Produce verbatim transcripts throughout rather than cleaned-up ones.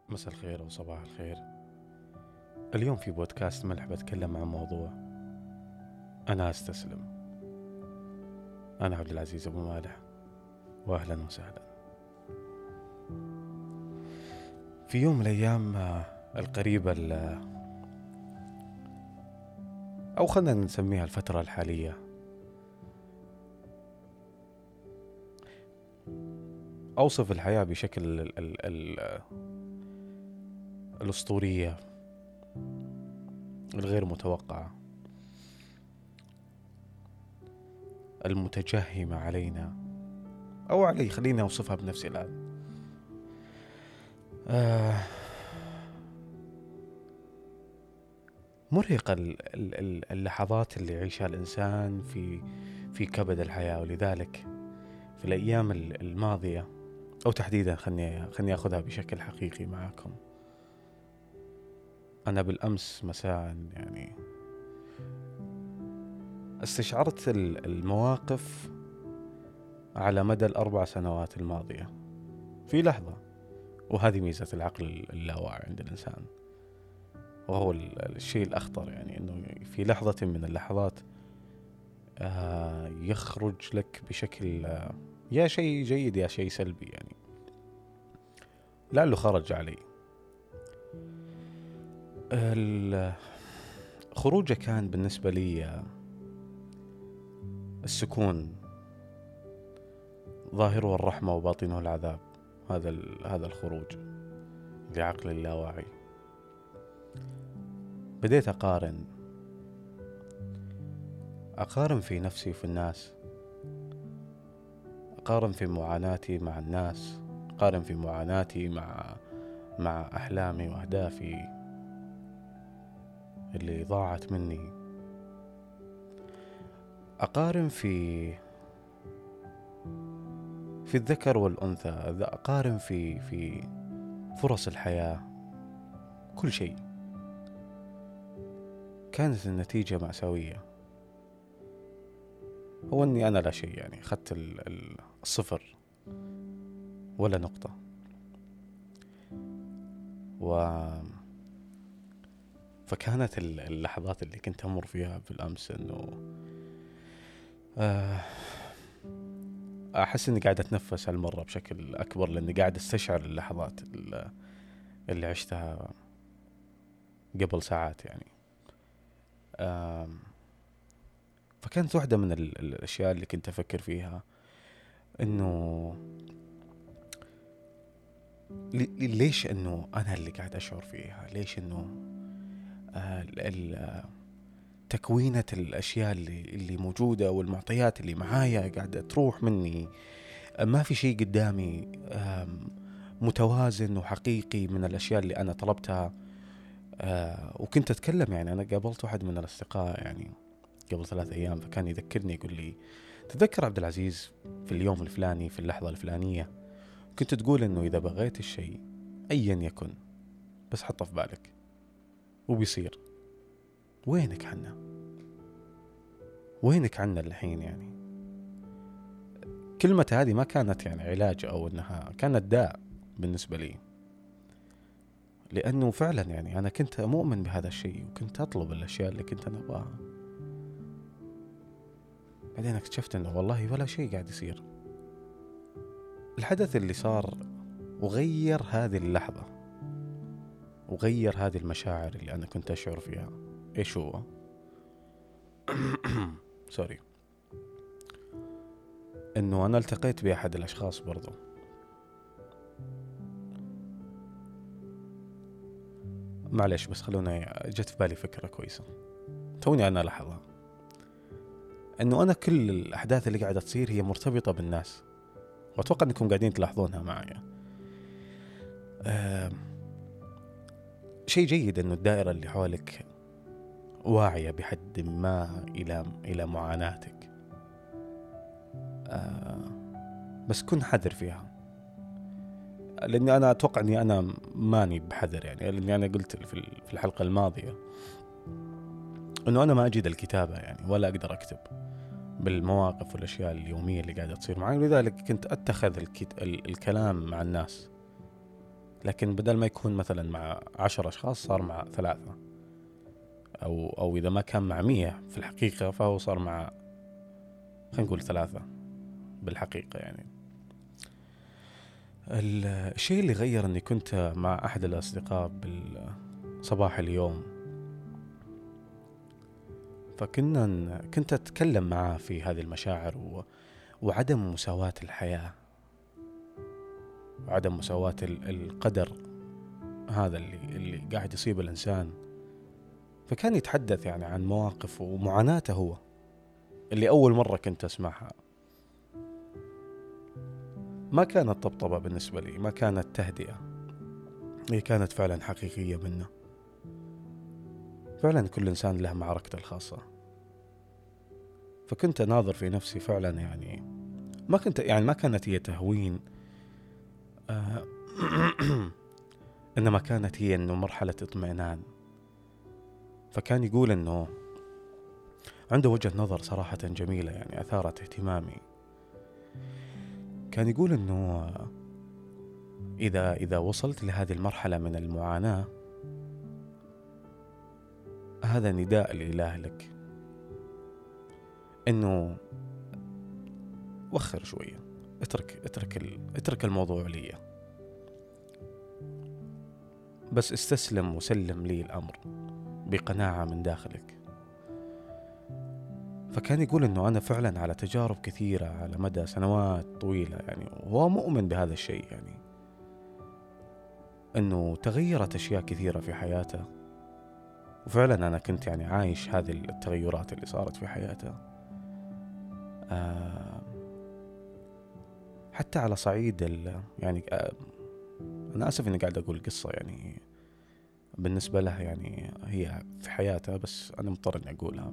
مساء الخير أو صباح الخير. اليوم في بودكاست ملح بتكلم عن موضوع أنا أستسلم. أنا عبد العزيز أبو مالح، وأهلا وسهلا. في يوم من الأيام القريبة أو خلنا نسميها الفترة الحالية، أوصف الحياة بشكل ال ال ال الأسطورية الغير متوقعة المتجهمة علينا أو علي، خليني أوصفها بنفسي الآن. آه مرهقة اللحظات اللي يعيشها الإنسان في في كبد الحياة، ولذلك في الأيام الماضية أو تحديدا خلني خلني أخذها بشكل حقيقي معكم. أنا بالأمس مساء يعني استشعرت المواقف على مدى الأربع سنوات الماضية في لحظة، وهذه ميزة العقل اللاواعي عند الإنسان، وهو الشيء الأخطر، يعني أنه في لحظة من اللحظات آه يخرج لك بشكل آه يا شيء جيد يا شيء سلبي. يعني لعله خرج علي خروجه كان بالنسبة لي السكون، ظاهره الرحمة وباطنه العذاب. هذا هذا الخروج لعقل اللاواعي. بديت أقارن أقارن في نفسي وفي الناس، أقارن في معاناتي مع الناس، أقارن في معاناتي مع مع أحلامي وأهدافي اللي ضاعت مني. أقارن في في الذكر والأنثى، أقارن في في فرص الحياة، كل شيء. كانت النتيجة مأساوية، هو أني أنا لا شيء، يعني أخذت الصفر ولا نقطة. و فكانت اللحظات اللي كنت أمر فيها بالأمس أنه أحس أني قاعد أتنفس هالمرة بشكل أكبر، لأني قاعد أستشعر اللحظات اللي عشتها قبل ساعات. يعني فكانت واحدة من الأشياء اللي كنت أفكر فيها، أنه ليش أنه أنا اللي قاعد أشعر فيها، ليش أنه تكوينة الأشياء اللي, اللي موجودة والمعطيات اللي معايا قاعدة تروح مني، ما في شيء قدامي متوازن وحقيقي من الأشياء اللي أنا طلبتها. وكنت أتكلم، يعني أنا قابلت واحد من الأصدقاء يعني قبل ثلاث أيام، فكان يذكرني يقول لي تذكر عبد العزيز في اليوم الفلاني في اللحظة الفلانية كنت تقول إنه إذا بغيت الشيء أيا يكن بس حطه في بالك وبيصير. وينك عنا وينك عنا الحين؟ يعني كلمة هذه ما كانت يعني علاج أو إنها كانت داء بالنسبة لي، لأنه فعلا يعني أنا كنت مؤمن بهذا الشيء وكنت أطلب الأشياء اللي كنت أنا أبغاها. بعدين اكتشفت إنه والله ولا شيء قاعد يصير. الحدث اللي صار وغير هذه اللحظة وغير هذه المشاعر اللي أنا كنت أشعر فيها، إيش هو؟ سوري. إنه أنا التقيت بأحد الأشخاص برضو، معلش بس خلونا، جت في بالي فكرة كويسة توني أنا لحظة، إنه أنا كل الأحداث اللي قاعدة تصير هي مرتبطة بالناس، وأتوقع أنكم قاعدين تلاحظونها معايا. أه شيء جيد إنه الدائرة اللي حولك واعية بحد ما إلى إلى معاناتك، أه بس كن حذر فيها، لأني أنا أتوقع أني أنا ماني بحذر، يعني لأني أنا قلت في الحلقة الماضية أنه أنا ما أجيد الكتابة يعني، ولا أقدر أكتب بالمواقف والأشياء اليومية اللي قاعدة تصير معي، ولذلك كنت أتخذ الكت... ال... الكلام مع الناس لكن بدل ما يكون مثلا مع عشر أشخاص صار مع ثلاثة، أو أو إذا ما كان مع مية في الحقيقة فهو صار مع خلينا نقول ثلاثة بالحقيقة. يعني الشيء اللي غير أني كنت مع أحد الأصدقاء بالصباح اليوم، فكنا كنت أتكلم معاه في هذه المشاعر و... وعدم مساواة الحياة وعدم مساواة القدر هذا اللي اللي قاعد يصيب الإنسان. فكان يتحدث يعني عن مواقف ومعاناته هو اللي أول مرة كنت أسمعها. ما كانت طبطبة بالنسبة لي، ما كانت تهدئة، هي كانت فعلا حقيقية منه. فعلا كل إنسان له معركته الخاصة. فكنت أناظر في نفسي فعلا، يعني ما كنت يعني ما كانت هي تهوين، آه إنما كانت هي إنه مرحلة اطمئنان. فكان يقول إنه عنده وجهة نظر صراحة جميلة، يعني أثارت اهتمامي. كان يقول إنه إذا إذا وصلت لهذه المرحلة من المعاناة، هذا نداء الإله لك إنه وخر شوية، اترك اترك ال... اترك الموضوع لي، بس استسلم وسلم لي الأمر بقناعة من داخلك. فكان يقول إنه أنا فعلا على تجارب كثيرة على مدى سنوات طويلة، يعني وهو مؤمن بهذا الشيء، يعني إنه تغيرت أشياء كثيرة في حياته. وفعلا أنا كنت يعني عايش هذه التغيرات اللي صارت في حياته. آه حتى على صعيد ال يعني آه أنا آسف إني قاعد أقول قصة يعني بالنسبة له يعني هي في حياته، بس أنا مضطر إني أقولها.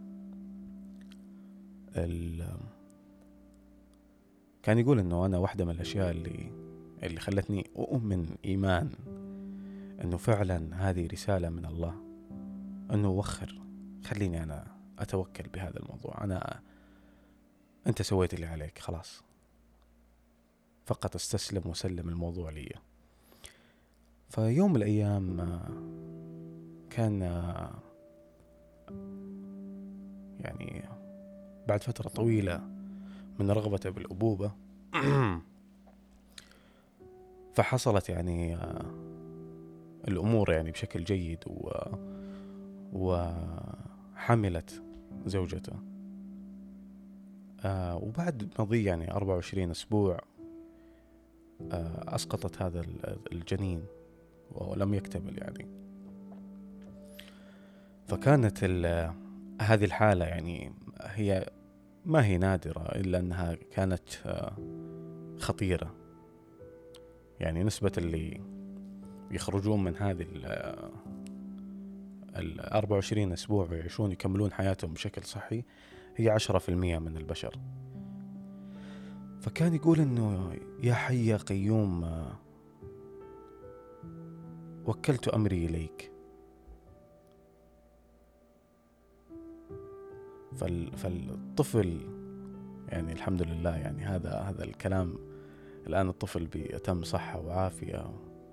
كان يقول إنه أنا واحدة من الأشياء اللي اللي خلتني أؤمن إيمان إنه فعلا هذه رسالة من الله، إنه وخر، خليني أنا أتوكل بهذا الموضوع. أنا أنت سويت اللي عليك، خلاص، فقط استسلم وسلم الموضوع لي. فيوم من الأيام كان يعني بعد فترة طويلة من رغبته بالأبوبة فحصلت يعني الأمور يعني بشكل جيد، و وحملت زوجته. آه وبعد مضي يعني أربعة وعشرين أسبوع آه أسقطت هذا الجنين ولم يكتمل يعني. فكانت هذه الحالة يعني هي ما هي نادرة، إلا أنها كانت آه خطيرة. يعني نسبة اللي يخرجون من هذه ال أربعة وعشرين أسبوع ويعيشون يكملون حياتهم بشكل صحي هي عشرة في المية من البشر. فكان يقول إنه يا حي يا قيوم وكلت أمري إليك. فالطفل يعني الحمد لله، يعني هذا هذا الكلام الآن الطفل بأتم صحة وعافية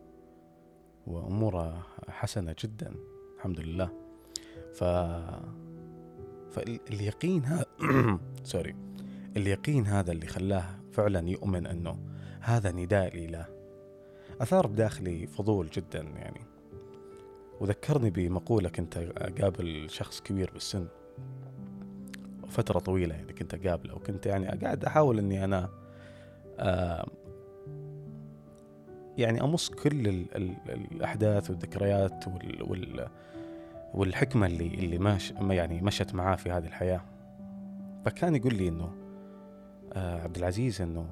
وأموره حسنة جدا الحمد لله. ف فاليقين هذا سوري اليقين هذا اللي خلاه فعلا يؤمن أنه هذا نداء الإله أثار بداخلي فضول جدا يعني. وذكرني بمقولة كنت أقابل شخص كبير بالسن فترة طويلة، يعني كنت أقابله وكنت يعني قاعد أحاول أني أنا آه يعني أمص كل ال ال الأحداث والذكريات وال وال والحكمة اللي اللي ماش يعني مشت معاه في هذه الحياة. فكان يقول لي إنه آه عبد العزيز، إنه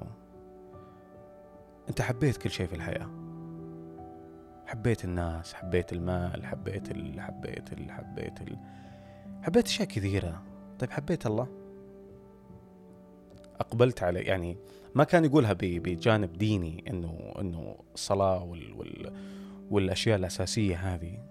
أنت حبيت كل شيء في الحياة، حبيت الناس، حبيت المال، حبيت ال حبيت ال حبيت ال حبيت أشياء كثيرة. طيب حبيت الله؟ أقبلت عليه. يعني ما كان يقولها بجانب ديني إنه إنه الصلاة وال وال والأشياء الأساسية هذه،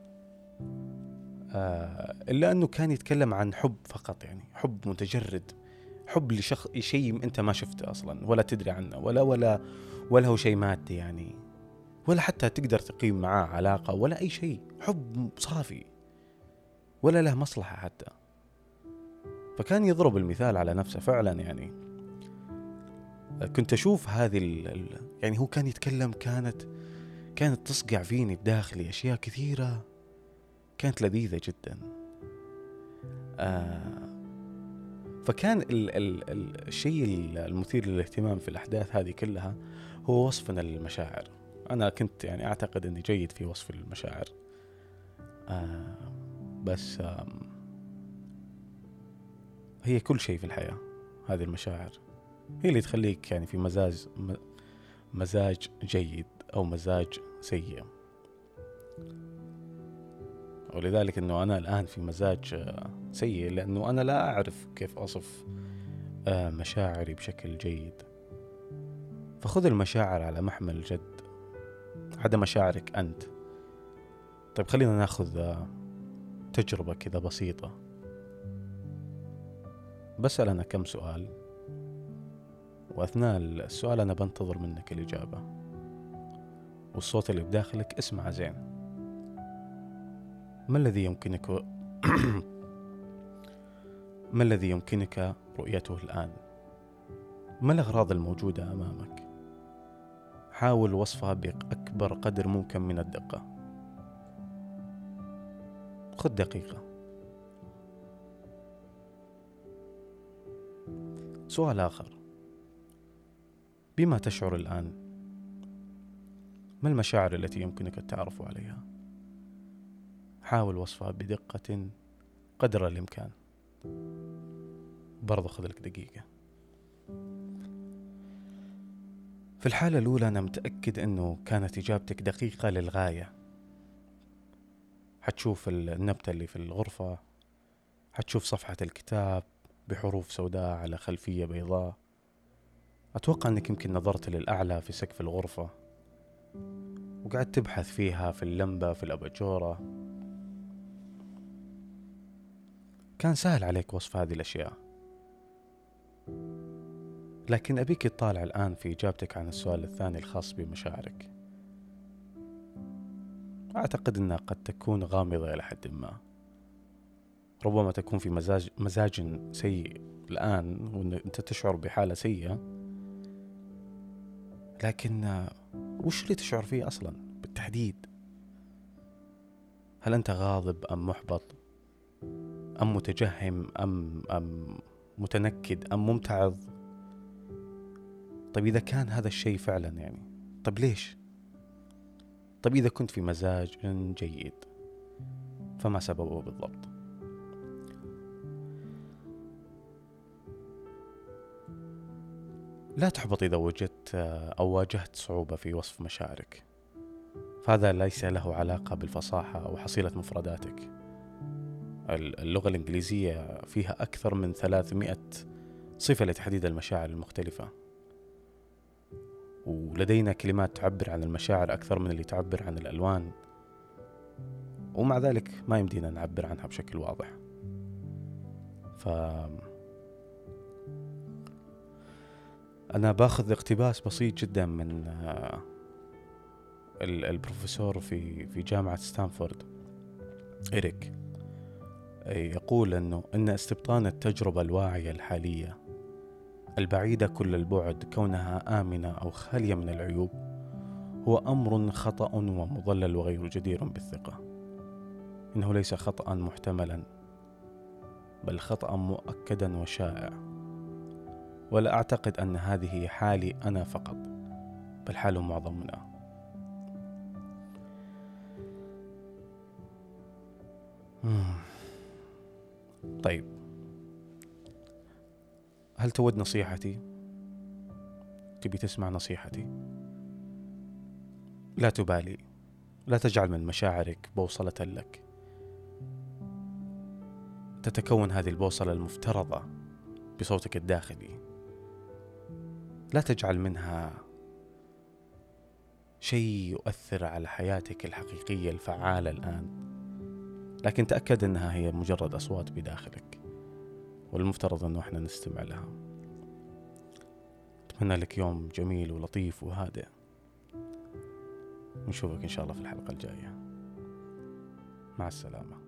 آه إلا أنه كان يتكلم عن حب فقط، يعني حب متجرد، حب لشخص شيء أنت ما شفته أصلا ولا تدري عنه ولا ولا ولا هو شيء مادي يعني. ولا حتى تقدر تقيم معاه علاقة ولا أي شيء، حب صافي ولا له مصلحة حتى. فكان يضرب المثال على نفسه فعلا. يعني كنت أشوف هذه ال... يعني هو كان يتكلم، كانت كانت تصقع فيني بداخلي أشياء كثيرة كانت لذيذة جدا. آه فكان ال... ال... ال... الشيء المثير للاهتمام في الأحداث هذه كلها هو وصفنا للمشاعر. أنا كنت يعني أعتقد أني جيد في وصف المشاعر، آه بس آه هي كل شيء في الحياة. هذه المشاعر هي اللي تخليك يعني في مزاج مزاج جيد أو مزاج سيء. ولذلك أنه أنا الآن في مزاج سيء لأنه أنا لا أعرف كيف أصف مشاعري بشكل جيد. فخذ المشاعر على محمل الجد، هذا مشاعرك أنت. طيب خلينا ناخذ تجربة كذا بسيطة. بسأل أنا كم سؤال، وأثناء السؤال أنا بنتظر منك الإجابة، والصوت اللي بداخلك اسمع زين. ما الذي يمكنك ما الذي يمكنك رؤيته الآن؟ ما الأغراض الموجودة أمامك؟ حاول وصفها بأكبر قدر ممكن من الدقة. خذ دقيقة. سؤال آخر، بما تشعر الآن؟ ما المشاعر التي يمكنك التعرف عليها؟ حاول وصفها بدقة قدر الإمكان. برضو خذ لك دقيقة. في الحالة الأولى أنا متأكد أنه كانت إجابتك دقيقة للغاية. حتشوف النبتة اللي في الغرفة، حتشوف صفحة الكتاب بحروف سوداء على خلفية بيضاء. أتوقع أنك يمكن نظرت للأعلى في سقف الغرفة وقعدت تبحث فيها في اللمبة في الأباجورة. كان سهل عليك وصف هذه الأشياء، لكن أبيك تطالع الآن في إجابتك عن السؤال الثاني الخاص بمشاعرك. أعتقد أنها قد تكون غامضة إلى حد ما. ربما تكون في مزاج, مزاج سيء الآن وأنت تشعر بحالة سيئة، لكن وش اللي تشعر فيه أصلا بالتحديد؟ هل أنت غاضب أم محبط أم متجهم أم, أم متنكد أم ممتعض؟ طيب إذا كان هذا الشيء فعلا يعني طيب ليش؟ طيب إذا كنت في مزاج جيد فما سببه بالضبط؟ لا تحبط إذا وجدت أو واجهت صعوبة في وصف مشاعرك، فهذا ليس له علاقة بالفصاحة أو حصيلة مفرداتك. اللغة الإنجليزية فيها أكثر من ثلاثمائة صفة لتحديد المشاعر المختلفة، ولدينا كلمات تعبر عن المشاعر أكثر من اللي تعبر عن الألوان، ومع ذلك ما يمدينا نعبر عنها بشكل واضح. ف أنا باخذ اقتباس بسيط جدا من البروفيسور في في جامعة ستانفورد إريك، يقول أنه إن استبطان التجربة الواعية الحالية البعيدة كل البعد كونها آمنة أو خالية من العيوب هو أمر خطأ ومضلل وغير جدير بالثقة. إنه ليس خطأ محتملا، بل خطأ مؤكدا وشائع. ولا أعتقد أن هذه حالي أنا فقط، بل حال معظمنا. طيب، هل تود نصيحتي؟ تبي تسمع نصيحتي؟ لا تبالي، لا تجعل من مشاعرك بوصلة لك. تتكون هذه البوصلة المفترضة بصوتك الداخلي. لا تجعل منها شيء يؤثر على حياتك الحقيقية الفعالة الآن، لكن تأكد أنها هي مجرد أصوات بداخلك، والمفترض أنه إحنا نستمع لها. أتمنى لك يوم جميل ولطيف وهادئ. ونشوفك إن شاء الله في الحلقة الجاية. مع السلامة.